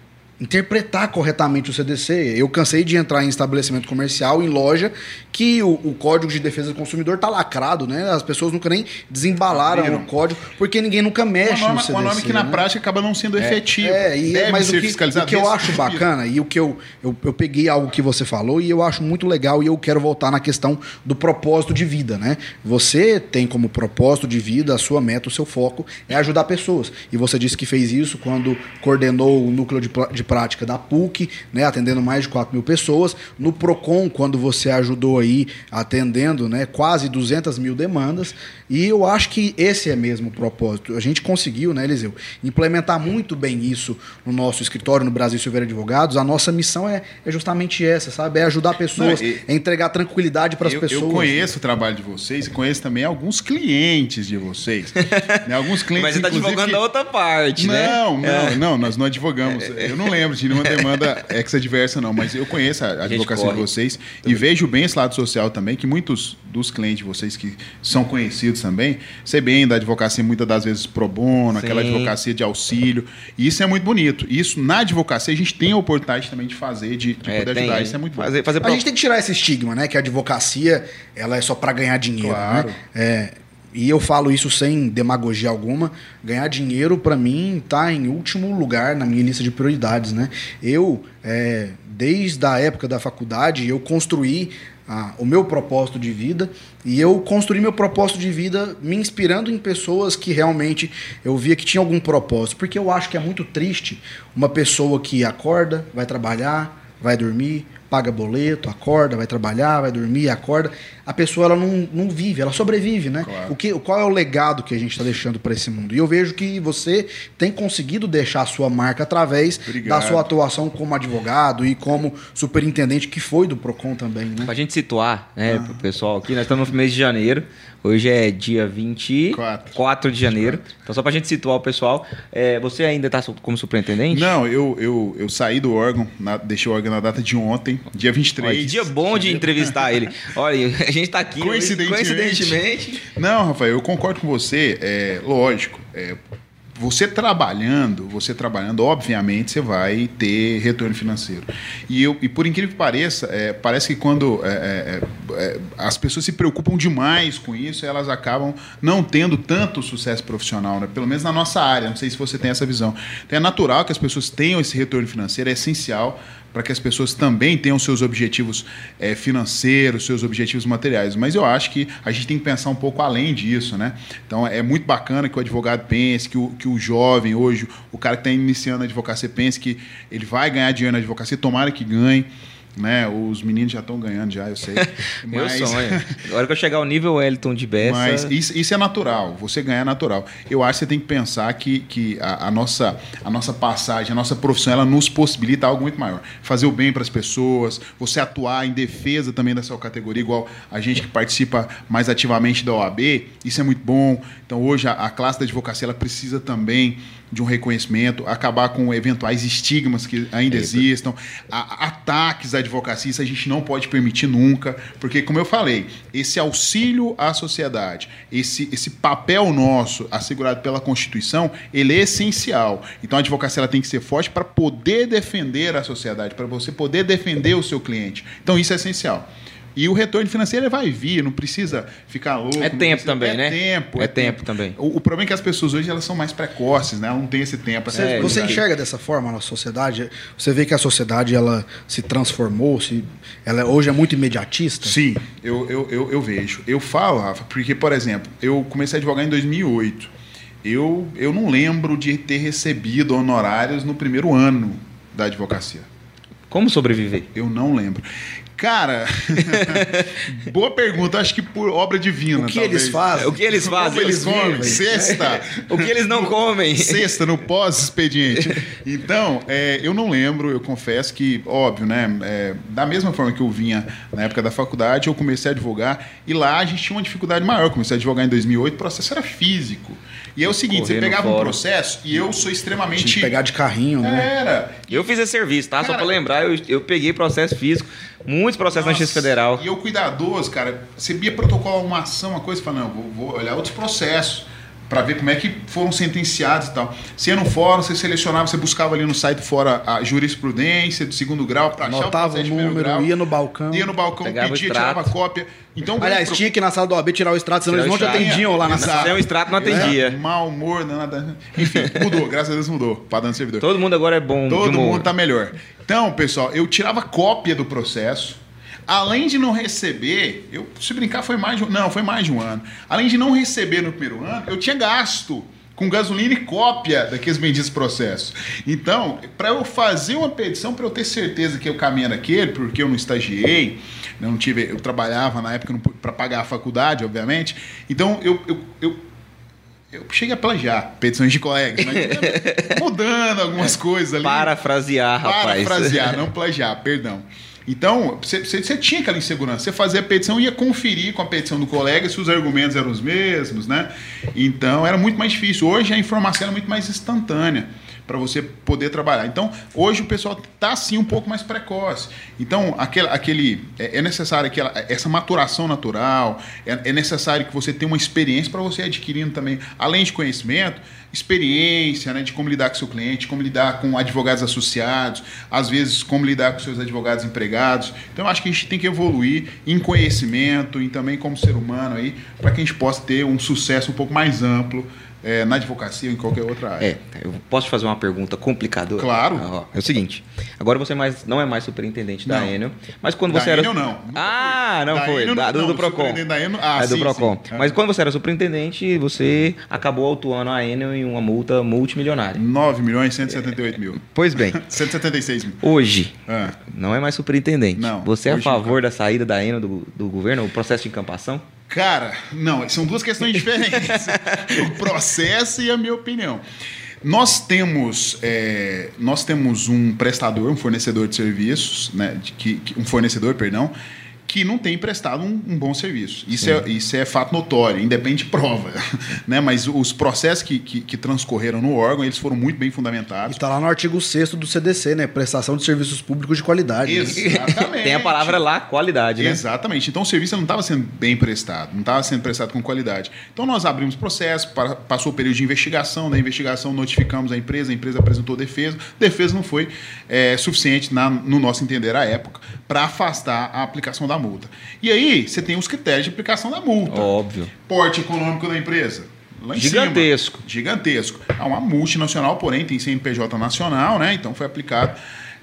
interpretar corretamente o C D C. Eu cansei de entrar em estabelecimento comercial, em loja, que o, o Código de Defesa do Consumidor tá lacrado, né? As pessoas nunca nem desembalaram Viram. o código, porque ninguém nunca mexe Uma norma, no C D C. uma norma que na né? prática acaba não sendo efetiva. É, e, Deve mas ser o que, fiscalizado o que eu desse acho sentido. bacana e o que eu, eu, eu peguei algo que você falou e eu acho muito legal e eu quero voltar na questão do propósito de vida, né? Você tem como propósito de vida, a sua meta, o seu foco é ajudar pessoas. E você disse que fez isso quando coordenou o núcleo de, de prática da P U C, né? Atendendo mais de quatro mil pessoas. No PROCON, quando você ajudou aí atendendo, né? Quase duzentas mil demandas. E eu acho que esse é mesmo o propósito. A gente conseguiu, né, Eliseu, implementar muito bem isso no nosso escritório, no Brasil Silveira Advogados. A nossa missão é, é justamente essa, sabe? É ajudar pessoas, Não, e, é entregar tranquilidade para as eu, pessoas. Eu conheço o trabalho de vocês e conheço também alguns clientes de vocês. Né? Alguns clientes, Mas você está advogando que... a outra parte, não, né? Não, não, é. não, nós não advogamos. Eu não lembro de nenhuma demanda ex-adversa, não, mas eu conheço a, a advocacia de vocês e vejo bem esse lado social também, que muitos dos clientes de vocês que são conhecidos também, sei bem da advocacia muitas das vezes pro bono, Sim. aquela advocacia de auxílio, e isso é muito bonito. Isso, na advocacia, a gente tem a oportunidade também de fazer, de, de É, poder tem. ajudar, isso é muito fazer, bom. fazer A pro... gente tem que tirar esse estigma, né? Que a advocacia ela é só para ganhar dinheiro. Claro. Né? É, e eu falo isso sem demagogia alguma. Ganhar dinheiro, para mim, tá em último lugar na minha lista de prioridades, né? Eu, é, desde a época da faculdade, eu construí ah, o meu propósito de vida e eu construí meu propósito de vida me inspirando em pessoas que realmente eu via que tinha algum propósito. Porque eu acho que é muito triste uma pessoa que acorda, vai trabalhar, vai dormir, paga boleto, acorda, vai trabalhar, vai dormir, acorda. A pessoa ela não, não vive, ela sobrevive, né? Claro. O que, qual é o legado que a gente está deixando para esse mundo? E eu vejo que você tem conseguido deixar a sua marca através Obrigado. da sua atuação como advogado e como superintendente que foi do PROCON também, né? Pra gente situar, né, pro pessoal aqui, nós estamos no mês de janeiro. Hoje é dia vinte e quatro de janeiro. Então, só pra gente situar o pessoal, é, você ainda tá como superintendente? Não, eu, eu, eu saí do órgão, na, deixei o órgão na data de ontem, dia vinte e três. Olha, que dia bom de entrevistar ele. Olha, a gente tá aqui Coincidentemente. coincidentemente. Não, Rafael, eu concordo com você. É, lógico, é, você trabalhando, você trabalhando, obviamente, você vai ter retorno financeiro. E, eu, e por incrível que pareça, é, parece que quando é, é, é, as pessoas se preocupam demais com isso, elas acabam não tendo tanto sucesso profissional, né? Pelo menos na nossa área. Não sei se você tem essa visão. Então, é natural que as pessoas tenham esse retorno financeiro, é essencial para que as pessoas também tenham seus objetivos é, financeiros, seus objetivos materiais. Mas eu acho que a gente tem que pensar um pouco além disso, né? Então, é muito bacana que o advogado pense, que o, que o jovem hoje, o cara que está iniciando a advocacia, pense que ele vai ganhar dinheiro na advocacia, tomara que ganhe. Né? Os meninos já estão ganhando, já, eu sei. Meu Mas... sonho. Agora que eu chegar ao nível Wellington de Bessa... Mas isso, isso é natural, você ganhar é natural. Eu acho que você tem que pensar que, que a, a, nossa, a nossa passagem, a nossa profissão, ela nos possibilita algo muito maior. Fazer o bem para as pessoas, você atuar em defesa também da sua categoria, igual a gente que participa mais ativamente da O A B, isso é muito bom. Então, hoje, a, a classe da advocacia, ela precisa também de um reconhecimento, acabar com eventuais estigmas que ainda existam, a, ataques à advocacia, isso a gente não pode permitir nunca, porque, como eu falei, esse auxílio à sociedade, esse, esse papel nosso assegurado pela Constituição, ele é essencial. Então, a advocacia ela tem que ser forte para poder defender a sociedade, para você poder defender o seu cliente. Então, isso é essencial. E o retorno financeiro vai vir, não precisa ficar louco. É tempo precisa... também, é né? Tempo, é, é tempo, tempo também. O, o problema é que as pessoas hoje elas são mais precoces, né? Elas não têm esse tempo. Você, É, você exato. enxerga dessa forma na sociedade? Você vê que a sociedade ela se transformou, se, ela hoje é muito imediatista? Sim, eu, eu, eu, eu vejo. Eu falo, Rafa, porque, por exemplo, eu comecei a advogar em dois mil e oito. Eu, eu não lembro de ter recebido honorários no primeiro ano da advocacia. Como sobreviver? Eu não lembro. Cara, boa pergunta. Acho que por obra divina. O que talvez. eles fazem? O que eles fazem? Como eles comem? vivem. Sexta. O que eles não comem? Sexta, no pós-expediente. Então, é, eu não lembro, eu confesso que, óbvio, né? É, da mesma forma que eu vinha na época da faculdade, eu comecei a advogar e lá a gente tinha uma dificuldade maior. Eu comecei a advogar em dois mil e oito, o processo era físico. E é o seguinte, Correr você no pegava um fórum. processo e eu sou Tinha extremamente... que pegar de carrinho, né? Era. Eu fiz esse serviço, tá? Só Cara, pra lembrar, eu, eu peguei processo físico, muitos processos na Nossa, Justiça Federal. E eu cuidadoso, cara, recebia protocolo, uma ação, uma coisa, e falava, não, vou, vou olhar outros processos para ver como é que foram sentenciados e tal. Você ia no fórum, você selecionava, você buscava ali no site fora a jurisprudência do segundo grau para achar o Anotava o processo de primeiro número, grau, ia no balcão. ia no balcão, Pegava o pedia, extrato. tirava cópia. Então, Aliás, pro- tinha que ir na sala do O A B tirar o extrato, senão Tirar eles o não te extrato. atendiam lá na Exato. sala. Sem o extrato não atendia. É, mau humor, nada. Enfim, mudou, graças a Deus mudou, padrão do servidor. Todo mundo agora é bom de Todo humor. mundo tá melhor. Então, pessoal, eu tirava cópia do processo. Além de não receber, eu, se brincar, foi mais de um, não, foi mais de um ano. Além de não receber no primeiro ano, eu tinha gasto com gasolina e cópia daqueles benditos processos. Então, para eu fazer uma petição, para eu ter certeza que o caminho era aquele, porque eu não estagiei, não tive, eu trabalhava na época para pagar a faculdade, obviamente. Então, eu, eu, eu Eu cheguei a plagiar petições de colegas, mas mudando algumas coisas ali. Parafrasear, rapaz. Parafrasear, não plagiar, perdão. Então, você, você, você tinha aquela insegurança. Você fazia a petição e ia conferir com a petição do colega se os argumentos eram os mesmos, né? Então, era muito mais difícil. Hoje, a informação é muito mais instantânea para você poder trabalhar. Então, hoje o pessoal está, sim, um pouco mais precoce. Então, aquele, aquele, é, é necessário aquela, essa maturação natural, é, é necessário que você tenha uma experiência para você adquirindo também, além de conhecimento, experiência, né, de como lidar com seu cliente, como lidar com advogados associados, às vezes como lidar com seus advogados empregados. Então, eu acho que a gente tem que evoluir em conhecimento e também como ser humano aí, para que a gente possa ter um sucesso um pouco mais amplo é, na advocacia ou em qualquer outra área. É, eu posso te fazer uma pergunta complicadora? Claro. Ah, ó, é o seguinte, agora você mais, não é mais superintendente da Não. Enel, mas quando Da você era... Enel, não. Nunca Ah, fui. não Da foi, Enel, da, do, não, do Procon. superintendente da Enel- ah, é do sim, Procon. sim. Mas quando você era superintendente, você acabou autuando a Enel em uma multa multimilionária. nove milhões cento e setenta e oito mil. Pois bem, cento e setenta e seis mil. hoje, Ah. não é mais superintendente. Não, Você é a hoje favor da saída da Enel do, do governo, o processo de encampação? Cara, não, são duas questões diferentes. O processo e a minha opinião. Nós temos, é, nós temos um prestador, um fornecedor de serviços, né, de, que, que- um fornecedor, perdão, que não tem prestado um, um bom serviço. Isso é, isso é fato notório, independe de prova. Né? Mas os processos que, que, que transcorreram no órgão, eles foram muito bem fundamentados. Está lá no artigo sexto do C D C, né? Prestação de serviços públicos de qualidade. Exatamente. Tem a palavra lá, qualidade, né? Exatamente. Então o serviço não estava sendo bem prestado, não estava sendo prestado com qualidade. Então nós abrimos processo, pa- passou o período de investigação, da investigação notificamos a empresa, a empresa apresentou defesa, defesa não foi é, suficiente, na, no nosso entender, à época, para afastar a aplicação da multa. E aí você tem os critérios de aplicação da multa. Óbvio. Porte econômico da empresa. Lá em Gigantesco. cima. Gigantesco. É uma multinacional, porém tem C N P J nacional, né? Então foi aplicado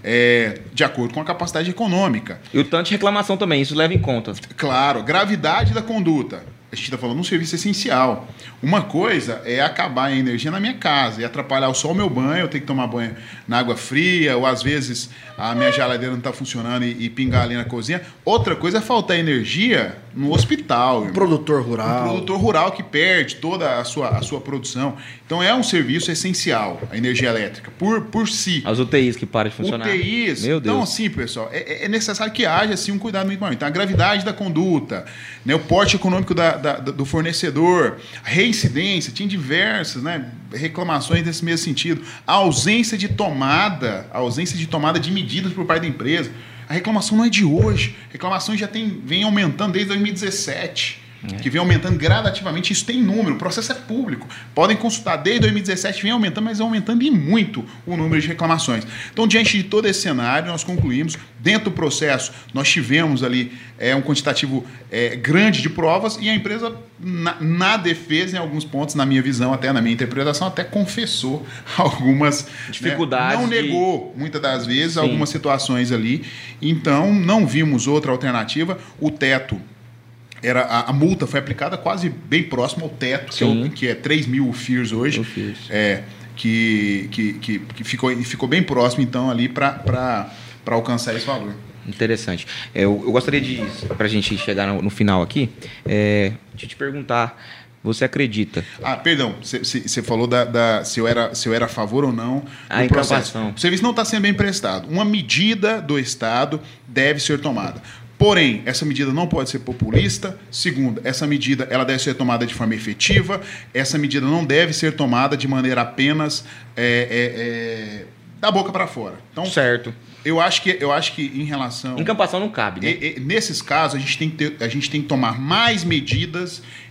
é, de acordo com a capacidade econômica. E o tanto de reclamação também, isso leva em conta. Claro, gravidade da conduta. A gente está falando de um serviço essencial. Uma coisa é acabar a energia na minha casa e atrapalhar só o meu banho, eu tenho que tomar banho na água fria, ou às vezes a minha geladeira não está funcionando e, e pingar ali na cozinha. Outra coisa é faltar energia no hospital. irmão. Produtor rural. Um produtor rural que perde toda a sua, a sua produção. Então é um serviço essencial, a energia elétrica, por, por si. As U T Is que param de funcionar. U T Is. Meu Deus. Então, assim, pessoal, é, é necessário que haja assim, um cuidado muito maior. Então, a gravidade da conduta, né, o porte econômico da, da- do fornecedor, a reincidência, tinha diversas, né, reclamações nesse mesmo sentido. A ausência de tomada, a ausência de tomada de medidas por parte da empresa. A reclamação não é de hoje. A reclamação já tem, vem aumentando desde dois mil e dezessete. Que vem aumentando gradativamente, isso tem número, o processo é público. Podem consultar, desde dois mil e dezessete vem aumentando, mas é aumentando e muito o número de reclamações. Então, diante de todo esse cenário, nós concluímos, dentro do processo, nós tivemos ali é, um quantitativo é, grande de provas e a empresa, na, na defesa, em alguns pontos, na minha visão, até na minha interpretação, até confessou algumas Dificuldades né, não de- negou, muitas das vezes, Sim. algumas situações ali. Então, não vimos outra alternativa. O teto Era, a, a multa foi aplicada quase bem próximo ao teto, que é, o- Sim. que é três mil F I R S hoje. Mil F I R S. É, que, que, que, que ficou, ficou bem próximo, então, ali para alcançar esse valor. Interessante. É, Eu, eu gostaria de, para a gente chegar no, no final aqui, é, de te perguntar, você acredita? Ah, perdão, você falou da, da- se, eu era, se eu era a favor ou não A do processo. encampação. O serviço não está sendo bem prestado. Uma medida do Estado deve ser tomada. Porém, essa medida não pode ser populista. Segundo, essa medida ela deve ser tomada de forma efetiva. Essa medida não deve ser tomada de maneira apenas é, é, é, da boca para fora. Então, Certo. eu acho que eu acho que em relação Encampação não cabe, né? e- e- nesses casos, a gente, tem que ter- a gente tem que tomar mais medidas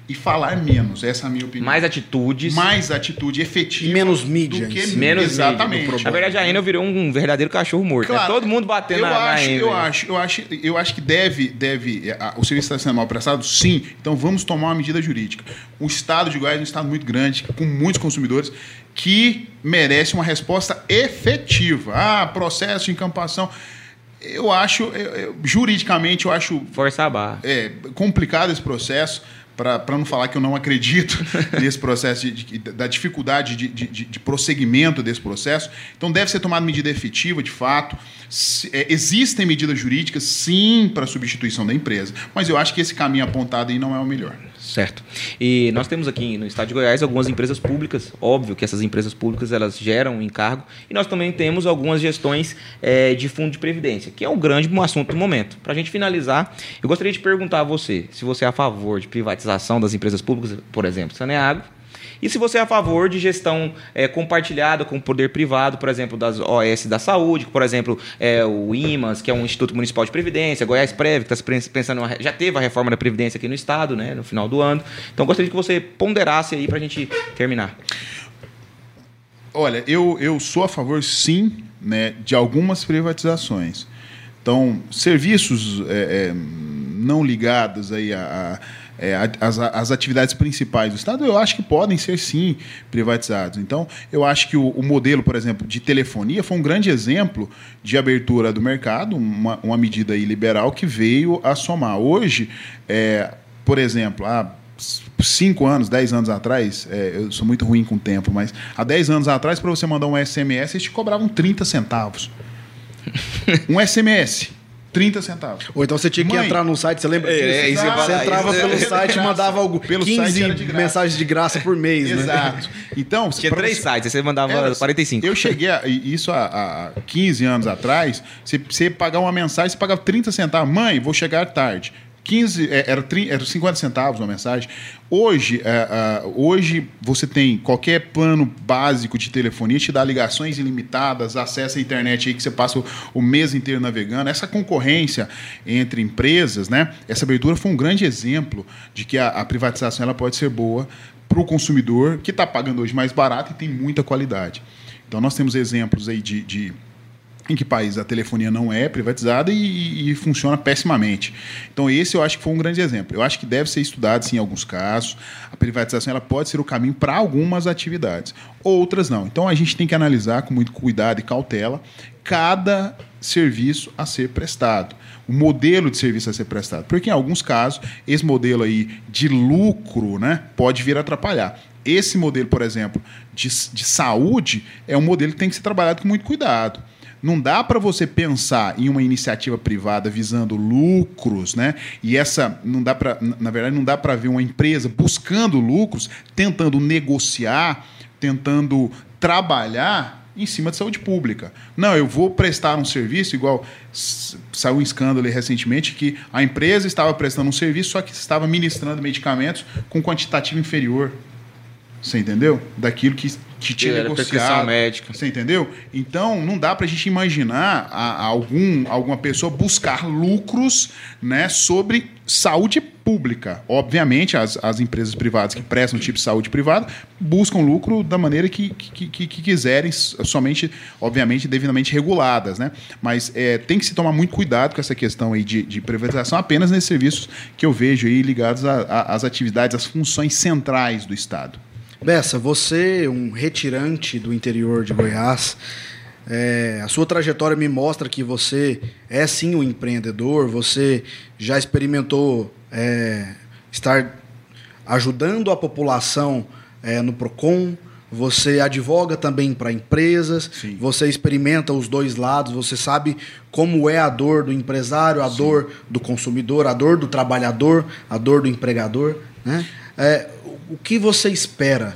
e falar menos. Essa é a minha opinião. Mais atitudes. Mais atitude efetiva. E menos mídia. Do que menos exatamente. Mídia. Na verdade, a Enel virou um verdadeiro cachorro morto. Claro, né? Todo mundo batendo eu na, acho, na Enel. Eu acho, eu acho, eu acho que deve, deve a, o serviço está sendo mal prestado, sim. Então vamos tomar uma medida jurídica. O estado de Goiás é um estado muito grande, com muitos consumidores, que merece uma resposta efetiva. Ah, processo de encampação. Eu acho, eu, eu, juridicamente, eu acho... Força a barra. É complicado esse processo, para não falar que eu não acredito nesse processo, de, de, da dificuldade de, de, de prosseguimento desse processo. Então, deve ser tomada medida efetiva, de fato. Se, é, existem medidas jurídicas, sim, para a substituição da empresa, mas eu acho que esse caminho apontado aí não é o melhor. Certo. E nós temos aqui no estado de Goiás algumas empresas públicas. Óbvio que essas empresas públicas elas geram um encargo. E nós também temos algumas gestões é, de fundo de previdência, que é um grande assunto do momento. Para a gente finalizar, eu gostaria de perguntar a você se você é a favor de privatização das empresas públicas, por exemplo, Saneago, e se você é a favor de gestão é, compartilhada com o poder privado, por exemplo, das O S da saúde, por exemplo, é, o IMAS, que é um Instituto Municipal de Previdência, Goiás Prev, que está pensando, já teve a reforma da Previdência aqui no estado, né, no final do ano. Então, gostaria que você ponderasse aí para a gente terminar. Olha, eu, eu sou a favor, sim, né, de algumas privatizações. Então, serviços é, é, não ligados aí a... a É, as, as atividades principais do Estado, eu acho que podem ser, sim, privatizados. Então, eu acho que o, o modelo, por exemplo, de telefonia foi um grande exemplo de abertura do mercado, uma, uma medida aí liberal que veio a somar. Hoje, é, por exemplo, há cinco anos, dez anos atrás, é, eu sou muito ruim com o tempo, mas há dez anos atrás, para você mandar um S M S, eles te cobravam trinta centavos. Um S M S. trinta centavos. Ou então você tinha que Mãe, entrar no site, você lembra disso? É, isso você entrava isso, pelo é, site e mandava algo, pelo quinze site era de graça. mensagens de graça por mês. Exato. Né? Então, tinha três você... sites, aí você mandava Era, quarenta e cinco. Eu cheguei a isso há, há quinze anos atrás, você, você pagar uma mensagem, você pagava trinta centavos. Mãe, vou chegar tarde. quinze, era, era cinquenta centavos uma mensagem. Hoje, uh, uh, hoje você tem qualquer plano básico de telefonia, te dá ligações ilimitadas, acesso à internet aí que você passa o, o mês inteiro navegando. Essa concorrência entre empresas, né? Essa abertura foi um grande exemplo de que a, a privatização ela pode ser boa para o consumidor, que está pagando hoje mais barato e tem muita qualidade. Então, nós temos exemplos aí de... de em que país a telefonia não é privatizada e, e funciona pessimamente. Então, esse eu acho que foi um grande exemplo. Eu acho que deve ser estudado, sim, em alguns casos. A privatização ela pode ser o caminho para algumas atividades, outras não. Então, a gente tem que analisar com muito cuidado e cautela cada serviço a ser prestado, o modelo de serviço a ser prestado. Porque, em alguns casos, esse modelo aí de lucro, né, pode vir a atrapalhar. Esse modelo, por exemplo, de, de saúde, é um modelo que tem que ser trabalhado com muito cuidado. Não dá para você pensar em uma iniciativa privada visando lucros, né? E essa não dá para, na verdade, não dá para ver uma empresa buscando lucros, tentando negociar, tentando trabalhar em cima de saúde pública. Não, eu vou prestar um serviço igual saiu um escândalo aí recentemente que a empresa estava prestando um serviço, só que estava ministrando medicamentos com quantitativo inferior. Você entendeu? Daquilo que, que tinha era negociado. prescrição médica. Você entendeu? Então, não dá para a gente imaginar a, a algum, alguma pessoa buscar lucros, né, sobre saúde pública. Obviamente, as, as empresas privadas que prestam tipo de saúde privada buscam lucro da maneira que, que, que, que quiserem, somente, obviamente, devidamente reguladas, né? Mas é, tem que se tomar muito cuidado com essa questão aí de, de privatização apenas nesses serviços que eu vejo aí ligados às atividades, às funções centrais do Estado. Bessa, você, um retirante do interior de Goiás, é, a sua trajetória me mostra que você é sim um empreendedor, você já experimentou é, estar ajudando a população é, no PROCON, você advoga também para empresas, sim. Você experimenta os dois lados, você sabe como é a dor do empresário, a sim. dor do consumidor, a dor do trabalhador, a dor do empregador, né? É, o que você espera,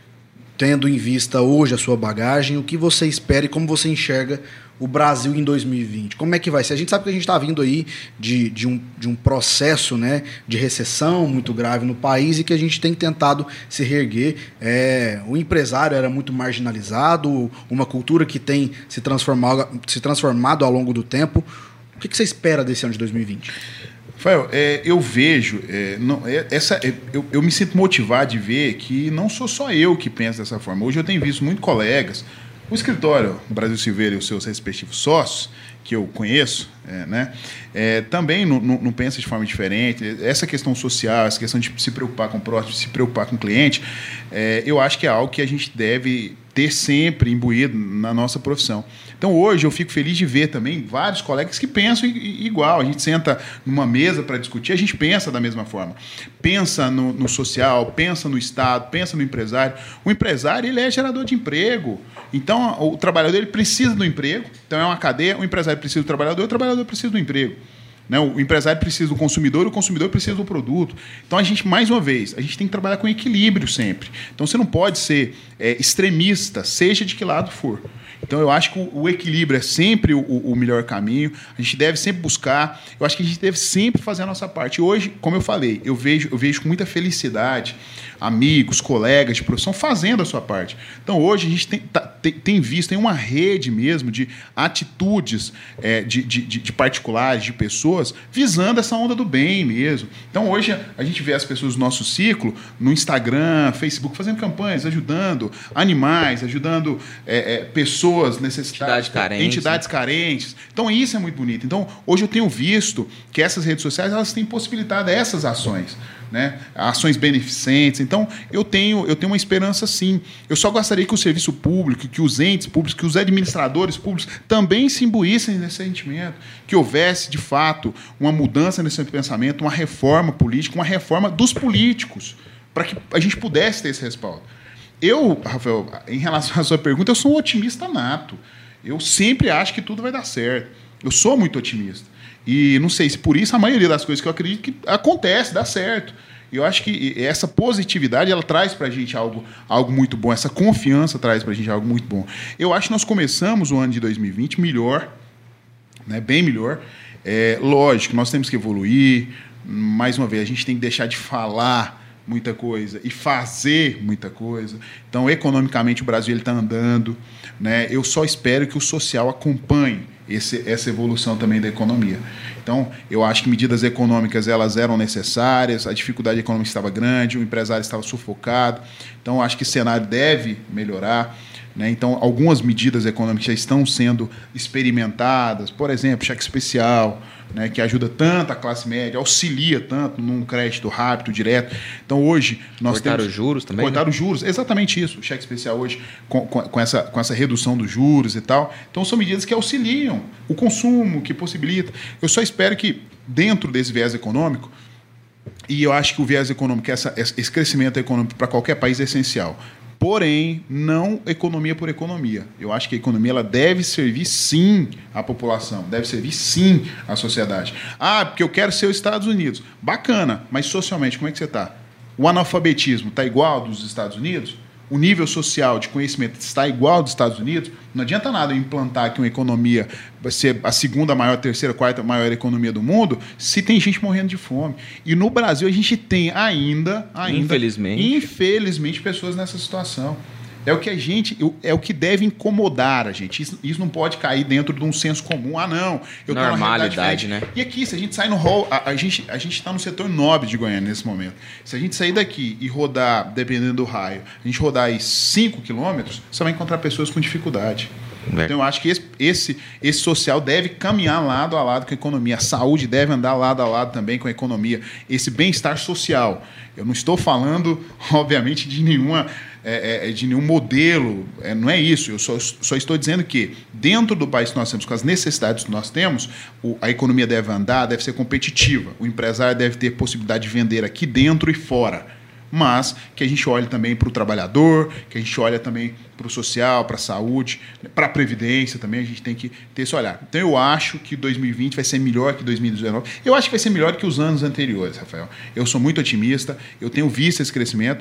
tendo em vista hoje a sua bagagem, o que você espera e como você enxerga o Brasil em dois mil e vinte? Como é que vai ser? A gente sabe que a gente está vindo aí de, de, um, de um processo, né, de recessão muito grave no país e que a gente tem tentado se reerguer. É, o empresário era muito marginalizado, uma cultura que tem se transformado, se transformado ao longo do tempo. O que, que você espera desse ano de dois mil e vinte? Rafael, é, eu vejo, é, não, é, essa, é, eu, eu me sinto motivado de ver que não sou só eu que penso dessa forma. Hoje eu tenho visto muitos colegas, o escritório Brasil Silveira e os seus respectivos sócios, que eu conheço, é, né, é, também não, não, não pensa de forma diferente. Essa questão social, essa questão de se preocupar com o próximo, se preocupar com o cliente, é, eu acho que é algo que a gente deve ter sempre imbuído na nossa profissão. Então, hoje, eu fico feliz de ver também vários colegas que pensam igual. A gente senta numa mesa para discutir, a gente pensa da mesma forma. Pensa no, no social, pensa no Estado, pensa no empresário. O empresário, ele é gerador de emprego. Então, o trabalhador ele precisa do emprego. Então, é uma cadeia. O empresário precisa do trabalhador, o trabalhador precisa do emprego. O empresário precisa do consumidor, o consumidor precisa do produto. Então, a gente, mais uma vez, a gente tem que trabalhar com equilíbrio sempre. Então, você não pode ser é, extremista, seja de que lado for. Então, eu acho que o, o equilíbrio é sempre o, o melhor caminho. A gente deve sempre buscar. Eu acho que a gente deve sempre fazer a nossa parte. E hoje, como eu falei, eu vejo, eu vejo com muita felicidade amigos, colegas de profissão fazendo a sua parte. Então, hoje, a gente tem, tá, tem, tem visto, tem uma rede mesmo de atitudes é, de, de, de particulares, de pessoas, visando essa onda do bem mesmo. Então, hoje, a gente vê as pessoas do nosso ciclo no Instagram, Facebook, fazendo campanhas, ajudando animais, ajudando é, é, pessoas necessitadas, entidades carentes, entidades né? carentes. Então, isso é muito bonito. Então, hoje eu tenho visto que essas redes sociais elas têm possibilitado essas ações, né? Ações beneficentes. Então, eu tenho, eu tenho uma esperança, sim. Eu só gostaria que o serviço público, que os entes públicos, que os administradores públicos também se imbuíssem nesse sentimento, que houvesse, de fato, uma mudança nesse pensamento, uma reforma política, uma reforma dos políticos, para que a gente pudesse ter esse respaldo. Eu, Rafael, em relação à sua pergunta, eu sou um otimista nato. Eu sempre acho que tudo vai dar certo. Eu sou muito otimista. E não sei se por isso a maioria das coisas que eu acredito que acontece, dá certo. E eu acho que essa positividade ela traz para a gente algo, algo muito bom, essa confiança traz para a gente algo muito bom. Eu acho que nós começamos o ano de dois mil e vinte melhor, né, bem melhor. É, lógico, nós temos que evoluir. Mais uma vez, a gente tem que deixar de falar muita coisa e fazer muita coisa. Então, economicamente, o Brasil está andando, né? Eu só espero que o social acompanhe esse, essa evolução também da economia. Então, eu acho que medidas econômicas elas eram necessárias, a dificuldade econômica estava grande, o empresário estava sufocado. Então, eu acho que o cenário deve melhorar, né? Então, algumas medidas econômicas já estão sendo experimentadas, por exemplo, cheque especial, né, que ajuda tanto a classe média, auxilia tanto num crédito rápido, direto. Então, hoje, nós cortar temos... os juros também, Cortar né? os juros, exatamente isso. O cheque especial hoje, com, com, com, essa, com essa redução dos juros e tal. Então, são medidas que auxiliam o consumo, que possibilita. Eu só espero que, dentro desse viés econômico, e eu acho que o viés econômico, essa, esse crescimento econômico para qualquer país é essencial. Porém, não economia por economia. Eu acho que a economia ela deve servir, sim, à população, deve servir, sim, à sociedade. Ah, porque eu quero ser os Estados Unidos. Bacana, mas socialmente, como é que você está? O analfabetismo está igual ao dos Estados Unidos? O nível social de conhecimento está igual ao dos Estados Unidos? Não adianta nada eu implantar que uma economia vai ser a segunda maior, terceira, quarta maior economia do mundo se tem gente morrendo de fome. E no Brasil a gente tem ainda, ainda infelizmente, infelizmente pessoas nessa situação. É o que a gente, é o que deve incomodar a gente. Isso, isso não pode cair dentro de um senso comum. Ah, não, eu tenho uma normalidade, né? E aqui, se a gente sai no hall, a, a gente a gente está no setor nobre de Goiânia nesse momento. Se a gente sair daqui e rodar, dependendo do raio, a gente rodar aí cinco quilômetros, você vai encontrar pessoas com dificuldade. É. Então, eu acho que esse, esse, esse social deve caminhar lado a lado com a economia. A saúde deve andar lado a lado também com a economia. Esse bem-estar social. Eu não estou falando, obviamente, de nenhuma... É, é, de nenhum modelo, é, não é isso. Eu só, só estou dizendo que, dentro do país que nós temos, com as necessidades que nós temos, o, a economia deve andar, deve ser competitiva. O empresário deve ter possibilidade de vender aqui dentro e fora. Mas que a gente olhe também para o trabalhador, que a gente olhe também para o social, para a saúde, para a previdência também, a gente tem que ter esse olhar. Então, eu acho que dois mil e vinte vai ser melhor que dois mil e dezenove. Eu acho que vai ser melhor que os anos anteriores, Rafael. Eu sou muito otimista, eu tenho visto esse crescimento.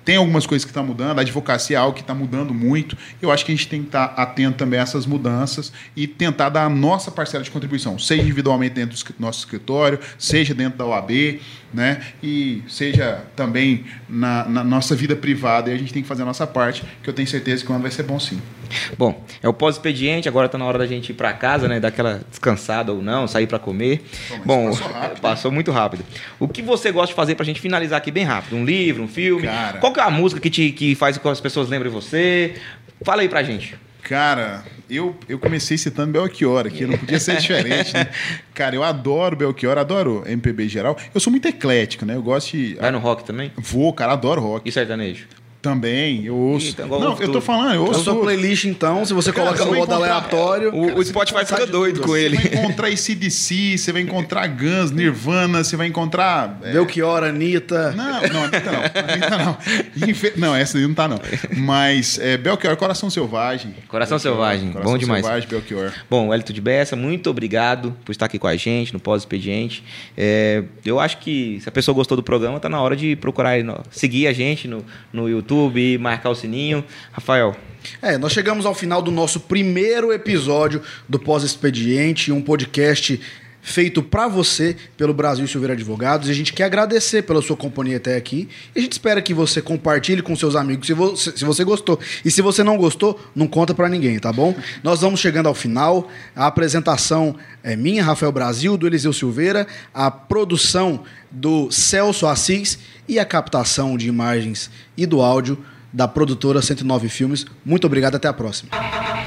tem algumas coisas que estão mudando, a advocacia é algo que está mudando muito. Eu acho que a gente tem que estar atento também a essas mudanças e tentar dar a nossa parcela de contribuição, seja individualmente dentro do nosso escritório, seja dentro da O A B, né? E seja também na, na nossa vida privada. E a gente tem que fazer a nossa parte, que eu tenho certeza que o ano vai ser bom sim. Bom, é o pós-expediente, agora está na hora da gente ir para casa, né? Dar aquela descansada ou não, sair para comer. Bom, passou rápido, passou muito rápido. O que você gosta de fazer para a gente finalizar aqui bem rápido? Um livro, um filme? Cara. Qual que é a música que, te, que faz com que as pessoas lembrem você? Fala aí pra gente. Cara, eu, eu comecei citando Belchior aqui, não podia ser diferente, né? Cara, eu adoro Belchior, adoro M P B em geral. Eu sou muito eclético, né? Eu gosto de... Vai no rock também? Vou, cara, adoro rock. E sertanejo? Também, eu ouço. Eita, não, eu tô tudo. falando, eu ouço. A sua playlist, então, se você Cara, coloca você no vai modo encontrar- aleatório... O, o Spotify fica doido com ele. Você vai encontrar A C D C, você vai encontrar Guns, Nirvana, você vai encontrar... é, Belchior, Anitta... Não, não, Anitta não. Anitta não. Infe- Não, essa aí não tá, não. Mas é, Belchior, Coração Selvagem. Coração Belchior, Selvagem, Coração bom demais. Selvagem, Belchior. Bom, Elton de Bessa, muito obrigado por estar aqui com a gente no pós-expediente. É, eu acho que se a pessoa gostou do programa, tá na hora de procurar no- seguir a gente no, no YouTube, marcar o sininho. Rafael, É, nós chegamos ao final do nosso primeiro episódio do Pós-Expediente, um podcast feito para você pelo Brasil Silveira Advogados. E a gente quer agradecer pela sua companhia até aqui. E a gente espera que você compartilhe com seus amigos se você, se você gostou. E se você não gostou, não conta para ninguém, tá bom? Nós vamos chegando ao final. A apresentação é minha, Rafael Brasil, do Eliseu Silveira, a produção do Celso Assis e a captação de imagens e do áudio da produtora cento e nove Filmes. Muito obrigado, até a próxima.